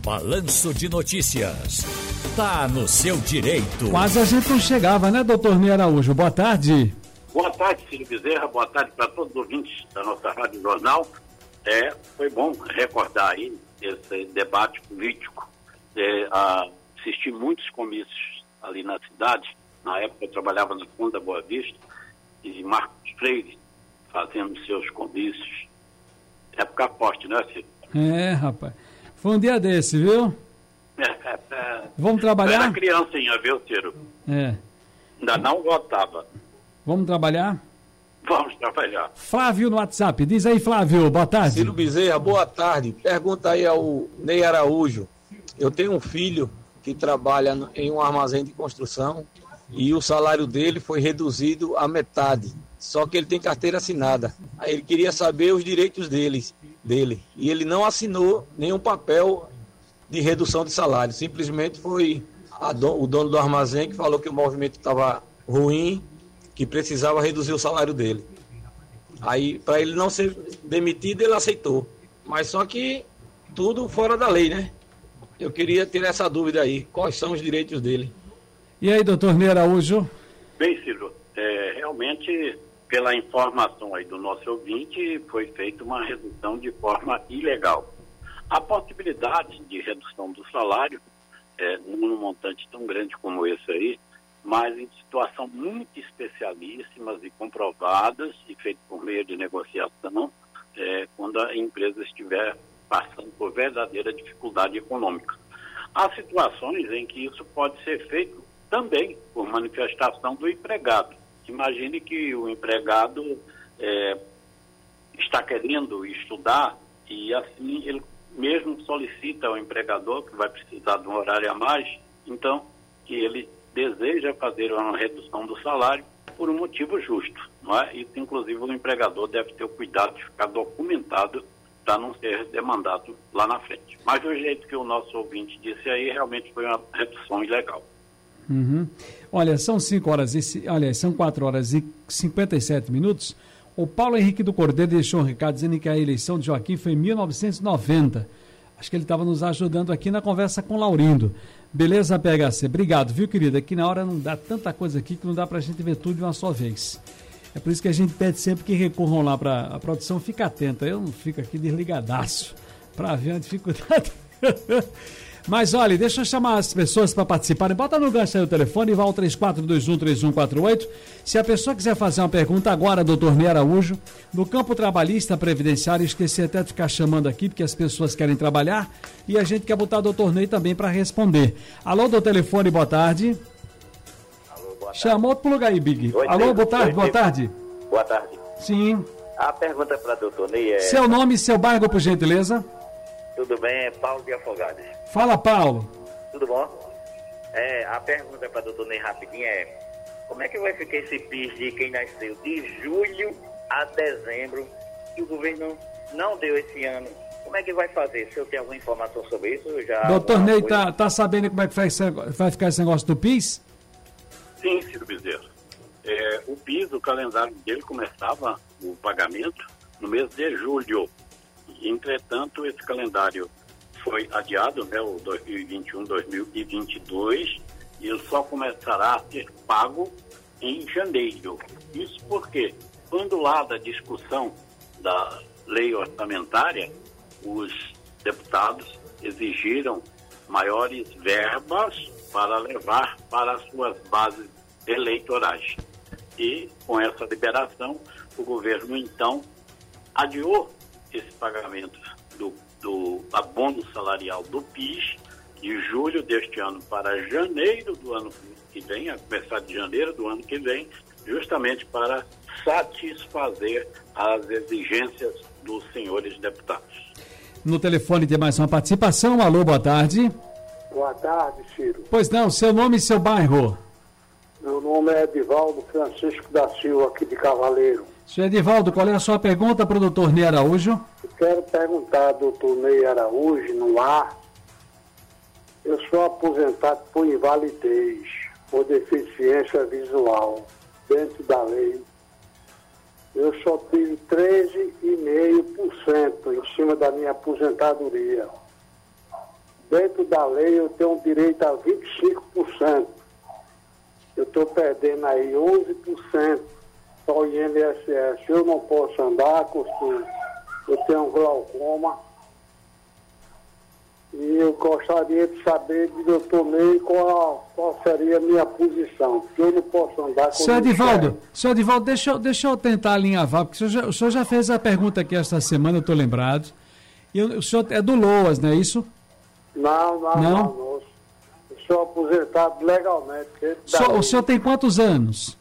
Balanço de Notícias. Tá no seu direito. Quase a gente não chegava, né, doutor Ney Araújo? Boa tarde. Boa tarde, Ciro Bezerra. Boa tarde para todos os ouvintes da nossa Rádio Jornal. Foi bom recordar aí esse debate político. Assisti muitos comícios ali na cidade. Na época eu trabalhava na Fundo da Boa Vista e Marcos Freire fazendo seus comícios. Época forte, né, Ciro? Rapaz. Foi um dia desse, viu? Vamos trabalhar? Eu era criancinha, viu, Ciro? Ainda não votava. Vamos trabalhar? Vamos trabalhar. Flávio no WhatsApp. Diz aí, Flávio. Boa tarde. Ciro Bezerra, boa tarde. Pergunta aí ao Ney Araújo. Eu tenho um filho que trabalha em um armazém de construção e o salário dele foi reduzido à metade. Só que ele tem carteira assinada. Aí ele queria saber os direitos dele. E ele não assinou nenhum papel de redução de salário. Simplesmente foi o dono do armazém que falou que o movimento estava ruim, que precisava reduzir o salário dele. Aí, para ele não ser demitido, ele aceitou. Mas só que tudo fora da lei, né? Eu queria ter essa dúvida aí. Quais são os direitos dele? E aí, doutor Ney Araújo? Bem, Ciro, realmente, pela informação aí do nosso ouvinte, foi feita uma redução de forma ilegal. A possibilidade de redução do salário, num montante tão grande como esse aí, mas em situação muito especialíssimas e comprovadas e feito por meio de negociação, quando a empresa estiver passando por verdadeira dificuldade econômica. Há situações em que isso pode ser feito também por manifestação do empregado. Imagine que o empregado está querendo estudar e assim ele mesmo solicita ao empregador que vai precisar de um horário a mais, então que ele deseja fazer uma redução do salário por um motivo justo, não é? Isso, inclusive, o empregador deve ter o cuidado de ficar documentado para não ser demandado lá na frente. Mas do jeito que o nosso ouvinte disse aí, realmente foi uma redução ilegal. Uhum. Olha, são 4 horas e 57 minutos. O Paulo Henrique do Cordeiro deixou um recado dizendo que a eleição de Joaquim foi em 1990. Acho que ele estava nos ajudando aqui na conversa com o Laurindo. Beleza, PHC? Obrigado, viu, querida? Aqui na hora não dá tanta coisa aqui que não dá para a gente ver tudo de uma só vez. É por isso que a gente pede sempre que recorram lá para a produção. Fica atenta, eu não fico aqui desligadaço para ver a dificuldade. Mas olha, deixa eu chamar as pessoas para participarem. Bota no gancho aí o telefone e vá ao 3421-3148. Se a pessoa quiser fazer uma pergunta agora, doutor Ney Araújo, no campo trabalhista previdenciário, esqueci até de ficar chamando aqui, porque as pessoas querem trabalhar e a gente quer botar o doutor Ney também para responder. Alô, do telefone, boa tarde. Alô, boa tarde. Chamou outro lugar aí, Big. Alô, boa tarde, boa tarde. Boa tarde. Sim. A pergunta para o doutor Ney é... Seu nome e seu bairro, por gentileza. Tudo bem, é Paulo de Afogados. Fala, Paulo. Tudo bom? A pergunta para o doutor Ney rapidinho como é que vai ficar esse PIS de quem nasceu de julho a dezembro, que o governo não deu esse ano? Como é que vai fazer? Se eu tenho alguma informação sobre isso, eu já... Doutor Ney, tá sabendo como é que vai ficar esse negócio do PIS? Sim, Ciro Bezerra. O PIS, o calendário dele começava o pagamento no mês de julho. Entretanto, esse calendário foi adiado, né, o 2021-2022, e ele só começará a ser pago em janeiro. Isso porque, quando lá da discussão da lei orçamentária, os deputados exigiram maiores verbas para levar para as suas bases eleitorais. E, com essa liberação, o governo, então, adiou esse pagamento do abono salarial do PIS de julho deste ano para janeiro do ano que vem, a começar de janeiro do ano que vem, justamente para satisfazer as exigências dos senhores deputados. No telefone tem mais uma participação. Alô, boa tarde. Boa tarde, Ciro. Pois não, seu nome e seu bairro? Meu nome é Edivaldo Francisco da Silva, aqui de Cavaleiro. Senhor Edivaldo, qual é a sua pergunta para o doutor Ney Araújo? Eu quero perguntar ao doutor Ney Araújo, no ar. Eu sou aposentado por invalidez, por deficiência visual, dentro da lei. Eu só tive 13,5% em cima da minha aposentadoria. Dentro da lei eu tenho direito a 25%. Eu estou perdendo aí 11% para o INSS. Eu não posso andar, eu tenho um glaucoma. E eu gostaria de saber do doutor Ney qual seria a minha posição. Porque eu não posso andar com Senhor Edivaldo, deixa eu tentar alinhavar, porque o senhor já fez a pergunta aqui esta semana, eu estou lembrado. E o senhor é do LOAS, não é isso? Não. Eu sou aposentado legalmente. O senhor tem quantos anos?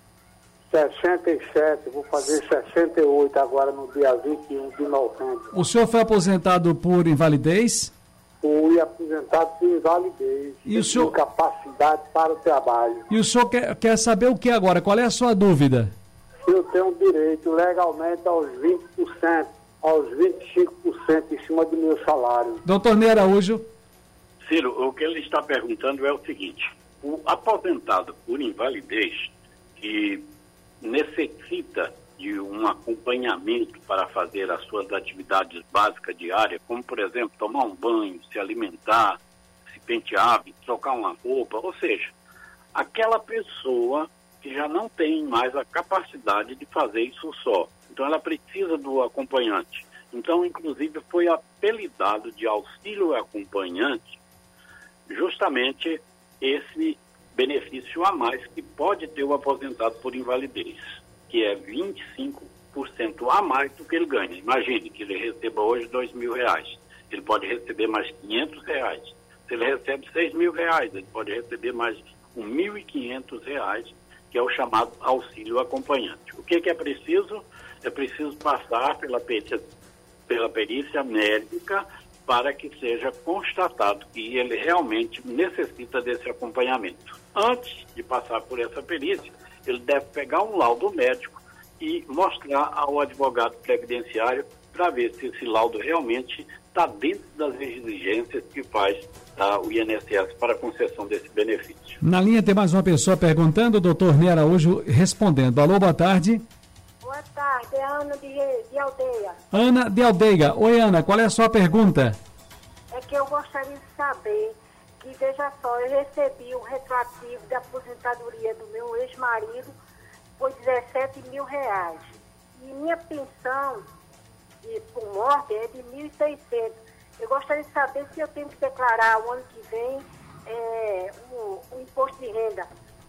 67, vou fazer 68 agora no dia 21 de novembro. O senhor foi aposentado por invalidez? Fui aposentado por invalidez. E o senhor... incapacidade para o trabalho. E o senhor quer saber o que agora? Qual é a sua dúvida? Eu tenho direito legalmente aos 20%, aos 25% em cima do meu salário. Doutor Ney Araújo. Ciro, o que ele está perguntando é o seguinte: o aposentado por invalidez que necessita de um acompanhamento para fazer as suas atividades básicas diárias, como, por exemplo, tomar um banho, se alimentar, se pentear, trocar uma roupa, ou seja, aquela pessoa que já não tem mais a capacidade de fazer isso só. Então, ela precisa do acompanhante. Então, inclusive, foi apelidado de auxílio acompanhante justamente esse benefício a mais que pode ter o aposentado por invalidez, que é 25% a mais do que ele ganha. Imagine que ele receba hoje R$2.000, ele pode receber mais R$500. Se ele recebe R$6.000, ele pode receber mais R$1.500, que é o chamado auxílio acompanhante. O que é preciso? É preciso passar pela perícia médica para que seja constatado que ele realmente necessita desse acompanhamento. Antes de passar por essa perícia, ele deve pegar um laudo médico e mostrar ao advogado previdenciário para ver se esse laudo realmente está dentro das exigências que faz o INSS para a concessão desse benefício. Na linha tem mais uma pessoa perguntando, o doutor Ney Araújo respondendo. Alô, boa tarde. Boa tarde, é Ana de Aldeia. Ana de Aldeia. Oi, Ana, qual é a sua pergunta? É que eu gostaria de saber que, veja só, eu recebi o retroativo da aposentadoria do meu ex-marido, foi R$17.000. E minha pensão por morte é de R$1.600. Eu gostaria de saber se eu tenho que declarar o ano que vem o imposto de renda.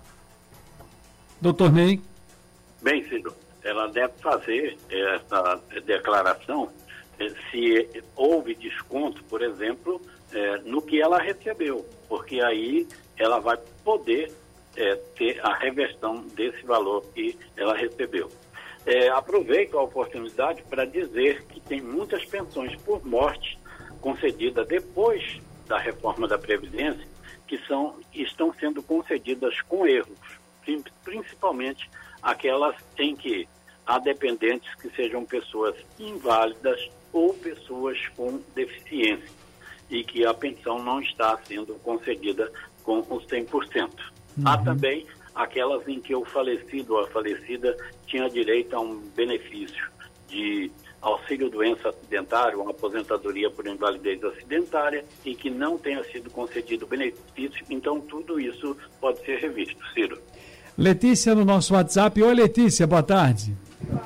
Doutor Ney. Bem, Ciro, ela deve fazer essa declaração se houve desconto, por exemplo, no que ela recebeu, porque aí ela vai poder ter a reversão desse valor que ela recebeu. Aproveito a oportunidade para dizer que tem muitas pensões por morte concedidas depois da reforma da Previdência que estão sendo concedidas com erros, principalmente aquelas em que há dependentes que sejam pessoas inválidas ou pessoas com deficiência e que a pensão não está sendo concedida com os 100%. Há também aquelas em que o falecido ou a falecida tinha direito a um benefício de auxílio-doença acidentária, uma aposentadoria por invalidez acidentária e que não tenha sido concedido benefício. Então, tudo isso pode ser revisto. Ciro. Letícia no nosso WhatsApp. Oi, Letícia, boa tarde.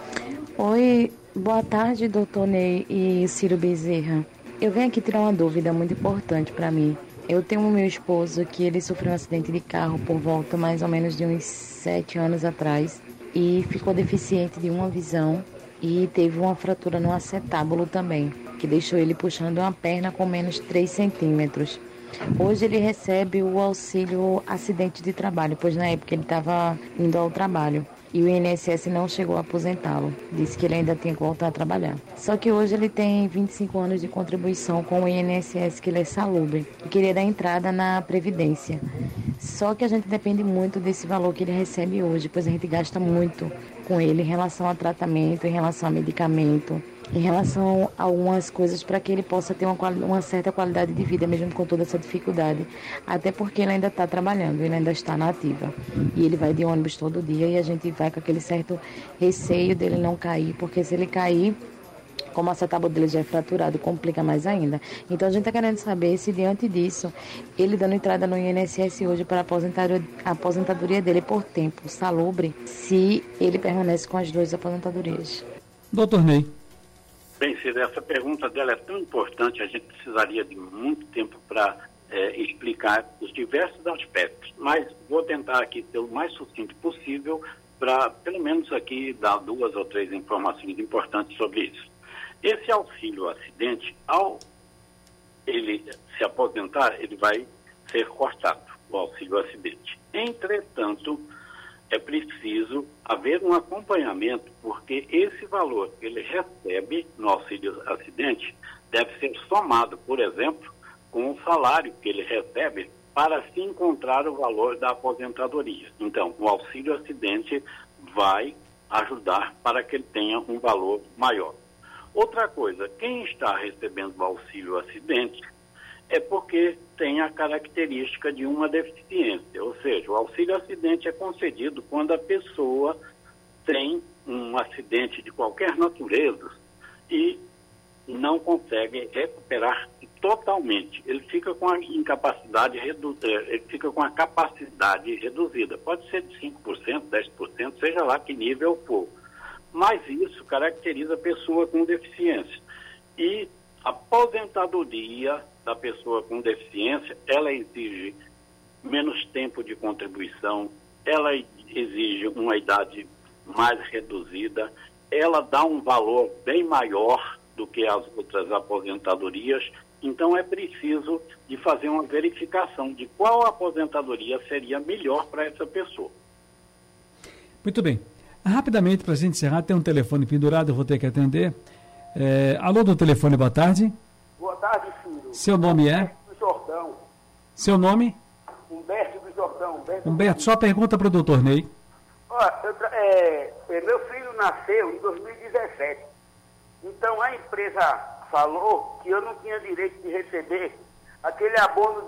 Oi, boa tarde, doutor Ney e Ciro Bezerra. Eu venho aqui tirar uma dúvida muito importante para mim. Eu tenho o meu esposo que ele sofreu um acidente de carro por volta mais ou menos de uns 7 anos atrás e ficou deficiente de uma visão e teve uma fratura no acetábulo também, que deixou ele puxando uma perna com menos 3 centímetros. Hoje ele recebe o auxílio acidente de trabalho, pois na época ele estava indo ao trabalho e o INSS não chegou a aposentá-lo. Disse que ele ainda tinha que voltar a trabalhar. Só que hoje ele tem 25 anos de contribuição com o INSS, que ele é salubre, e queria dar entrada na Previdência. Só que a gente depende muito desse valor que ele recebe hoje, pois a gente gasta muito com ele em relação a tratamento, em relação a medicamento, em relação a algumas coisas para que ele possa ter uma certa qualidade de vida, mesmo com toda essa dificuldade. Até porque ele ainda está trabalhando, ele ainda está na ativa. E ele vai de ônibus todo dia e a gente vai com aquele certo receio dele não cair, porque se ele cair, como o acetábulo dele já é fraturado, complica mais ainda. Então a gente está querendo saber se diante disso, ele dando entrada no INSS hoje para a aposentadoria dele por tempo salubre, se ele permanece com as 2 aposentadorias. Doutor Ney. Bem, Cida, essa pergunta dela é tão importante, a gente precisaria de muito tempo para explicar os diversos aspectos, mas vou tentar aqui ser o mais sucinto possível para, pelo menos aqui, dar 2 ou 3 informações importantes sobre isso. Esse auxílio acidente, ao ele se aposentar, ele vai ser cortado, o auxílio acidente. Entretanto, é preciso haver um acompanhamento, porque esse valor que ele recebe no auxílio acidente deve ser somado, por exemplo, com o salário que ele recebe para se encontrar o valor da aposentadoria. Então, o auxílio acidente vai ajudar para que ele tenha um valor maior. Outra coisa, quem está recebendo o auxílio acidente é porque tem a característica de uma deficiência, ou seja, o auxílio acidente é concedido quando a pessoa tem um acidente de qualquer natureza e não consegue recuperar totalmente. Ele fica com a incapacidade ele fica com a capacidade reduzida. Pode ser de 5%, 10%, seja lá que nível for. Mas isso caracteriza a pessoa com deficiência. E a aposentadoria da pessoa com deficiência, ela exige menos tempo de contribuição, ela exige uma idade mais reduzida, ela dá um valor bem maior do que as outras aposentadorias. Então é preciso de fazer uma verificação de qual aposentadoria seria melhor para essa pessoa. Muito bem. Rapidamente, para a gente encerrar, tem um telefone pendurado, eu vou ter que atender. Alô do telefone, boa tarde. Boa tarde, filho. Seu nome é? Humberto do Jordão. Seu nome? Humberto do Jordão. Humberto, só pergunta para o doutor Ney. Meu filho nasceu em 2017. Então a empresa falou que eu não tinha direito de receber aquele abono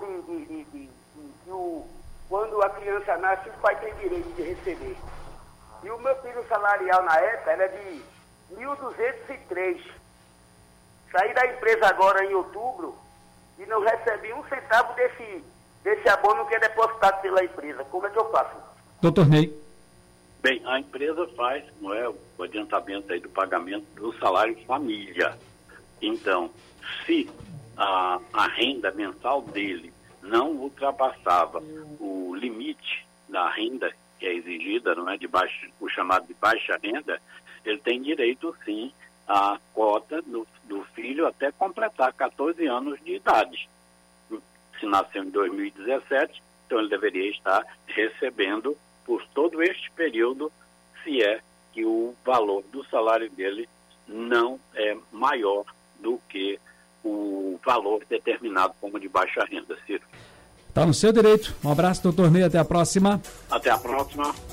quando a criança nasce, o pai tem direito de receber. E o meu filho salarial na época era de 1.203. Saí da empresa agora em outubro e não recebi um centavo desse abono que é depositado pela empresa. Como é que eu faço? Doutor Ney. Bem, a empresa faz, não é, o adiantamento aí do pagamento do salário família. Então, se a renda mensal dele não ultrapassava o limite da renda que é exigida, não é, o chamado de baixa renda, ele tem direito, sim, à cota do filho até completar 14 anos de idade. Se nasceu em 2017, então ele deveria estar recebendo por todo este período, se é que o valor do salário dele não é maior do que o valor determinado como de baixa renda, Ciro. Está no seu direito. Um abraço, doutor Ney. Até a próxima. Até a próxima.